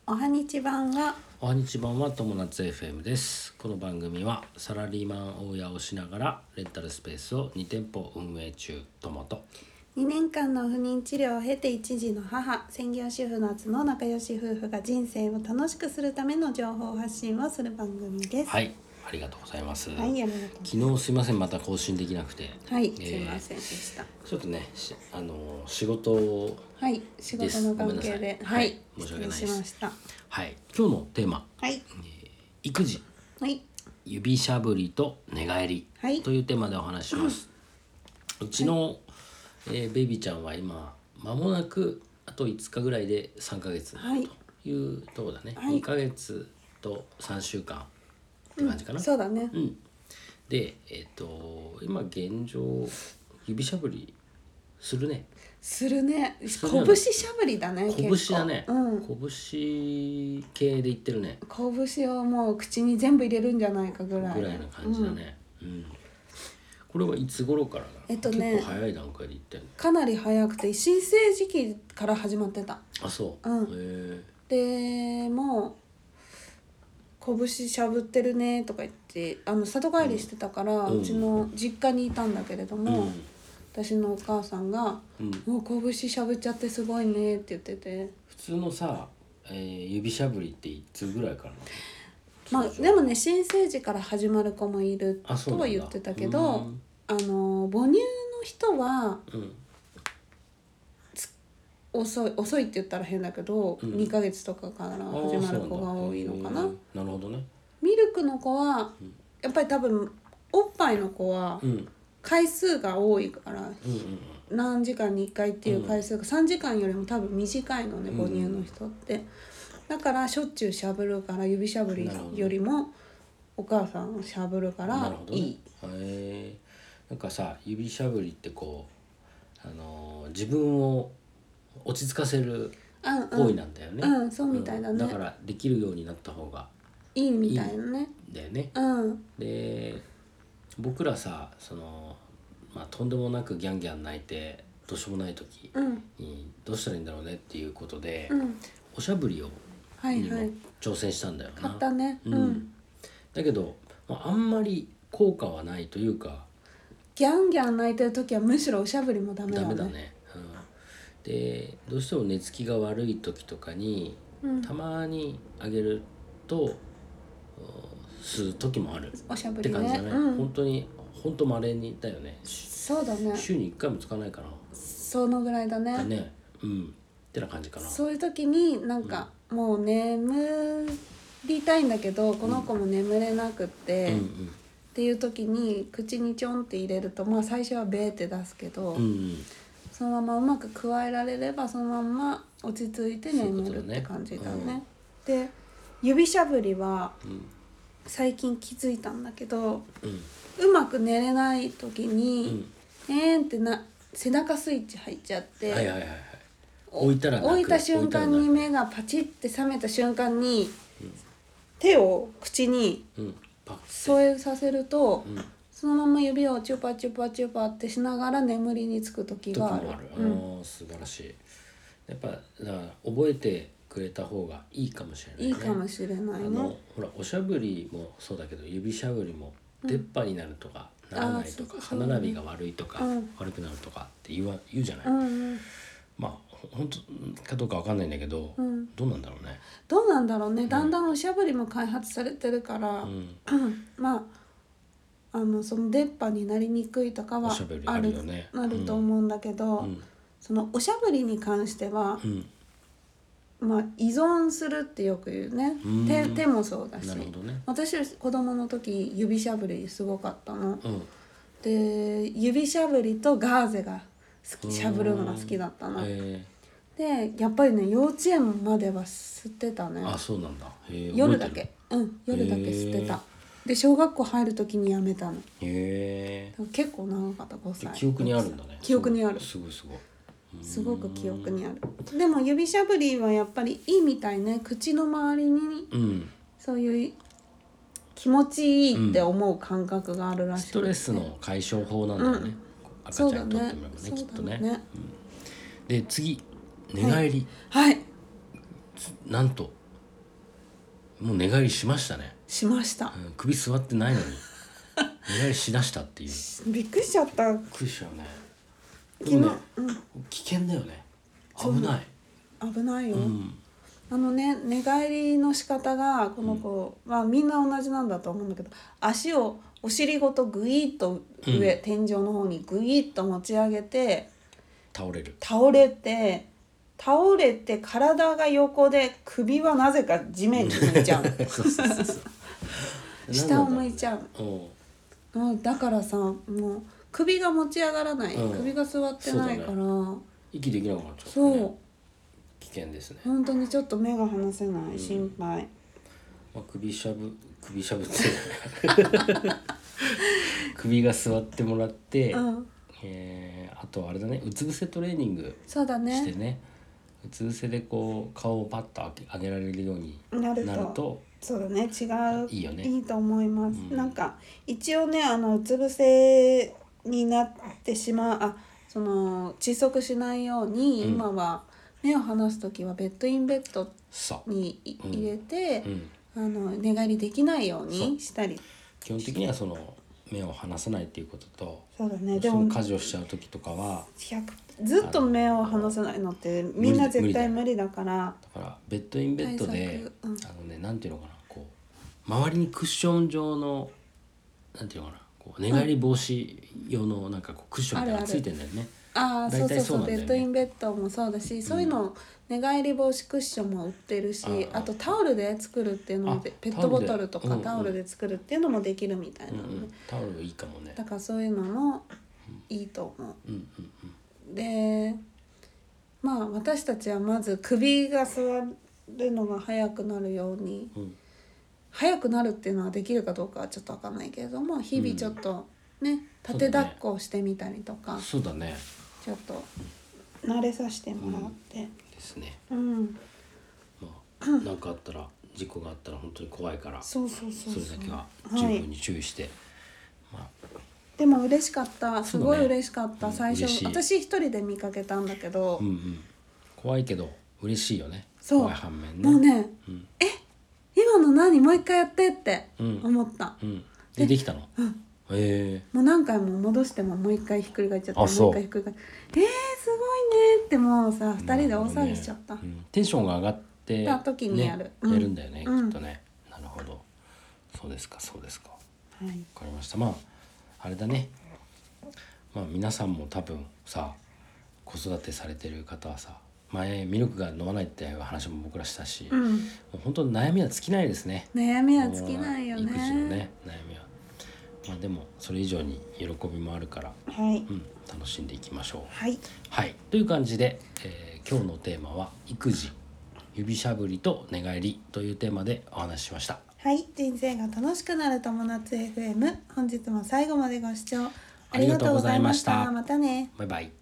おはにち版はおはにちばんは友達 FM です。この番組はサラリーマン大家をしながらレンタルスペースを2店舗運営中友と 2年間の不妊治療を経て一児の母、専業主婦夏の仲良し夫婦が人生を楽しくするための情報発信をする番組です。 はい、ありがとうございます。 はい、ありがとうございます。 昨日すいません、また更新できなくて、 はい、すいませんでした。 ちょっとね仕事をはい、仕事の関係で、 はい、申し訳ないです。 失礼しました。 はい、今日のテーマ、 はい、 育児、 はい、 指しゃぶりと寝返り、 はい、 というテーマでお話しします。うちの、ベイビーちゃんは今間もなくあと5日ぐらいで3ヶ月になるというところだね、 はい、 2ヶ月と3週間って感じかな、 そうだね、 で今現状指しゃぶりするね。 するね。拳しゃぶりだね。 拳だね、拳系で言ってるね。 拳をもう口に全部入れるんじゃないかぐらいの感じだね、これはいつ頃からなの？結構早い段階で言ってんの？ かなり早くて新生時期から始まってた。 あ、そう、 でもう拳しゃぶってるねとか言って里帰りしてたから、うちの実家にいたんだけれども、私のお母さんが、もう拳しゃぶっちゃってすごいねって言ってて。 普通のさ、指しゃぶりっていつぐらいからなの？でもね、新生児から始まる子もいるとは言ってたけど、母乳の人は、遅いって言ったら変だけど、2ヶ月とかから始まる子が多いのかな。 なるほどね。 ミルクの子は、やっぱり多分おっぱいの子は回数が多いから、何時間に1回っていう回数が3時間よりも多分短いのね、母乳の人って。だからしょっちゅうしゃぶるから、指しゃぶりよりもお母さんしゃぶるからいい。 なんかさ、指しゃぶりってこう自分を落ち着かせる行為なんだよね。 そうみたいだね。 だからできるようになった方がいいみたいなね。 だよね。で僕らさ、とんでもなくギャンギャン泣いてどうしようもない時にどうしたらいいんだろうねっていうことで、おしゃぶりをにも挑戦したんだよな。 買ったね。 だけどあんまり効果はないというか、 ギャンギャン泣いてる時はむしろおしゃぶりもダメだね。 ダメだね。でどうしても寝つきが悪い時とかに、たまにあげると吸う時もあるおしゃぶりね。 って感じだね。本当稀にだよね。 そうだね。 週に1回もつかないかな。 そのぐらいだね。 ってな感じかな。 そういう時になんか、もう眠りたいんだけどこの子も眠れなくって、っていう時に口にちょんって入れると、最初はベーって出すけど、そのままうまく加えられればそのまま落ち着いて眠るって感じだね。で指しゃぶりは、最近気づいたんだけど、うまく寝れない時に、って背中スイッチ入っちゃって、置いた瞬間に目がパチって覚めた瞬間に、手を口に添えさせると、そのまま指をチュパチュパチュパってしながら眠りにつく時がある。 素晴らしい。やっぱだから覚えてくれた方がいいかもしれないね。 いいかもしれないね。 ほらおしゃぶりもそうだけど指しゃぶりも出っ歯になるとか、ならないとか、歯並びが悪いとか、悪くなるとかって言うじゃない。本当かどうかわかんないんだけど、どうなんだろうね。 だんだんおしゃぶりも開発されてるから、その出っ歯になりにくいとかはあると思うんだけど、そのおしゃぶりに関しては、依存するってよく言うね。手もそうだし、私子供の時指しゃぶりすごかったの。で指しゃぶりとガーゼがしゃぶるのが好きだったの。でやっぱりね、幼稚園までは吸ってたね。 あ、そうなんだ。 夜だけ吸ってた。で小学校入る時にやめたの。結構長かった。5歳。 記憶にあるんだね。 記憶にある。 すごいすごく記憶にある。でも指しゃぶりはやっぱりいいみたいね。口の周りに、そういう気持ちいいって思う感覚があるらしい。 ストレスの解消法なんだよね。赤ちゃんにとってもね、きっとね。で次、寝返り。 はい。 なんともう寝返りしましたね。 しました、 首座ってないのに寝返りしだしたっていう。 びっくりしちゃった。 びっくりしたよね。 昨日、 危険だよね。危ない。 危ないよ、寝返りの仕方がこの子はみんな同じなんだと思うんだけど、足をお尻ごとグイッと上、天井の方にグイッと持ち上げて倒れて体が横で首はなぜか地面に向いちゃう下を向いちゃう。だからさ、もう首が持ち上がらない、首が座ってないから、 息できなくなっちゃう、 そう危険ですね。 本当にちょっと目が離せない、心配。 首しゃぶって首が座ってもらって、あとあれだね、うつ伏せトレーニングしてね、うつ伏せでこう顔をパッと上げられるようになるとそうだね、 いいよね。 いいと思います、なんか一応ね、うつ伏せになってしまう、窒息しないように、今は目を離す時はベッドインベッドに入れて、寝返りできないようにしたり。 基本的にはその目を離さないっていうことと、 そうだね、でも家事をしちゃう時とかはずっと目を離せないのってみんな絶対無理だから、 だからベッドインベッドで、なんていうのかな、こう周りにクッション状のなんていうのかな、こう寝返り防止用のなんかこうクッションみたいなのがついてんだよね。 そうベッドインベッドもそうだし、そういうの寝返り防止クッションも売ってるし、あとタオルで作るっていうのも、ペットボトルとかタオルで作るっていうのもできるみたいなので、 タオルいいかもね。 だからそういうのもいいと思う。で、私たちはまず首が座るのが早くなるように、早くなるっていうのはできるかどうかはちょっと分かんないけれども、日々ちょっとね、立て抱っこをしてみたりとか、 そうだね、 ちょっと慣れさせてもらって、 ですね。なんかあったら、事故があったら本当に怖いから、それだけは十分に注意して、 でも嬉しかった、すごい嬉しかった、最初私一人で見かけたんだけど、 怖いけど嬉しいよね。怖い反面ね、 もうね、今の何、もう一回やってって思った。 できたの？ もう何回も戻してももう一回ひっくり返っちゃって、もう一回ひっくり返って、すごいねってもうさ、二人で大騒ぎしちゃった。 テンションが上がってた時にやるんだよね、きっとね。なるほど、そうですか。わかりました。あれだね、皆さんも多分さ、子育てされてる方はさ、前ミルクが飲まないっていう話も僕らしたし、もう本当に悩みは尽きないですね。 悩みは尽きないよね、 育児のね、悩みは。でもそれ以上に喜びもあるから、楽しんでいきましょう。という感じで、今日のテーマは育児、指しゃぶりと寝返りというテーマでお話ししました。 人生が楽しくなる友達 FM、本日も最後までご視聴ありがとうございました。またね。 バイバイ。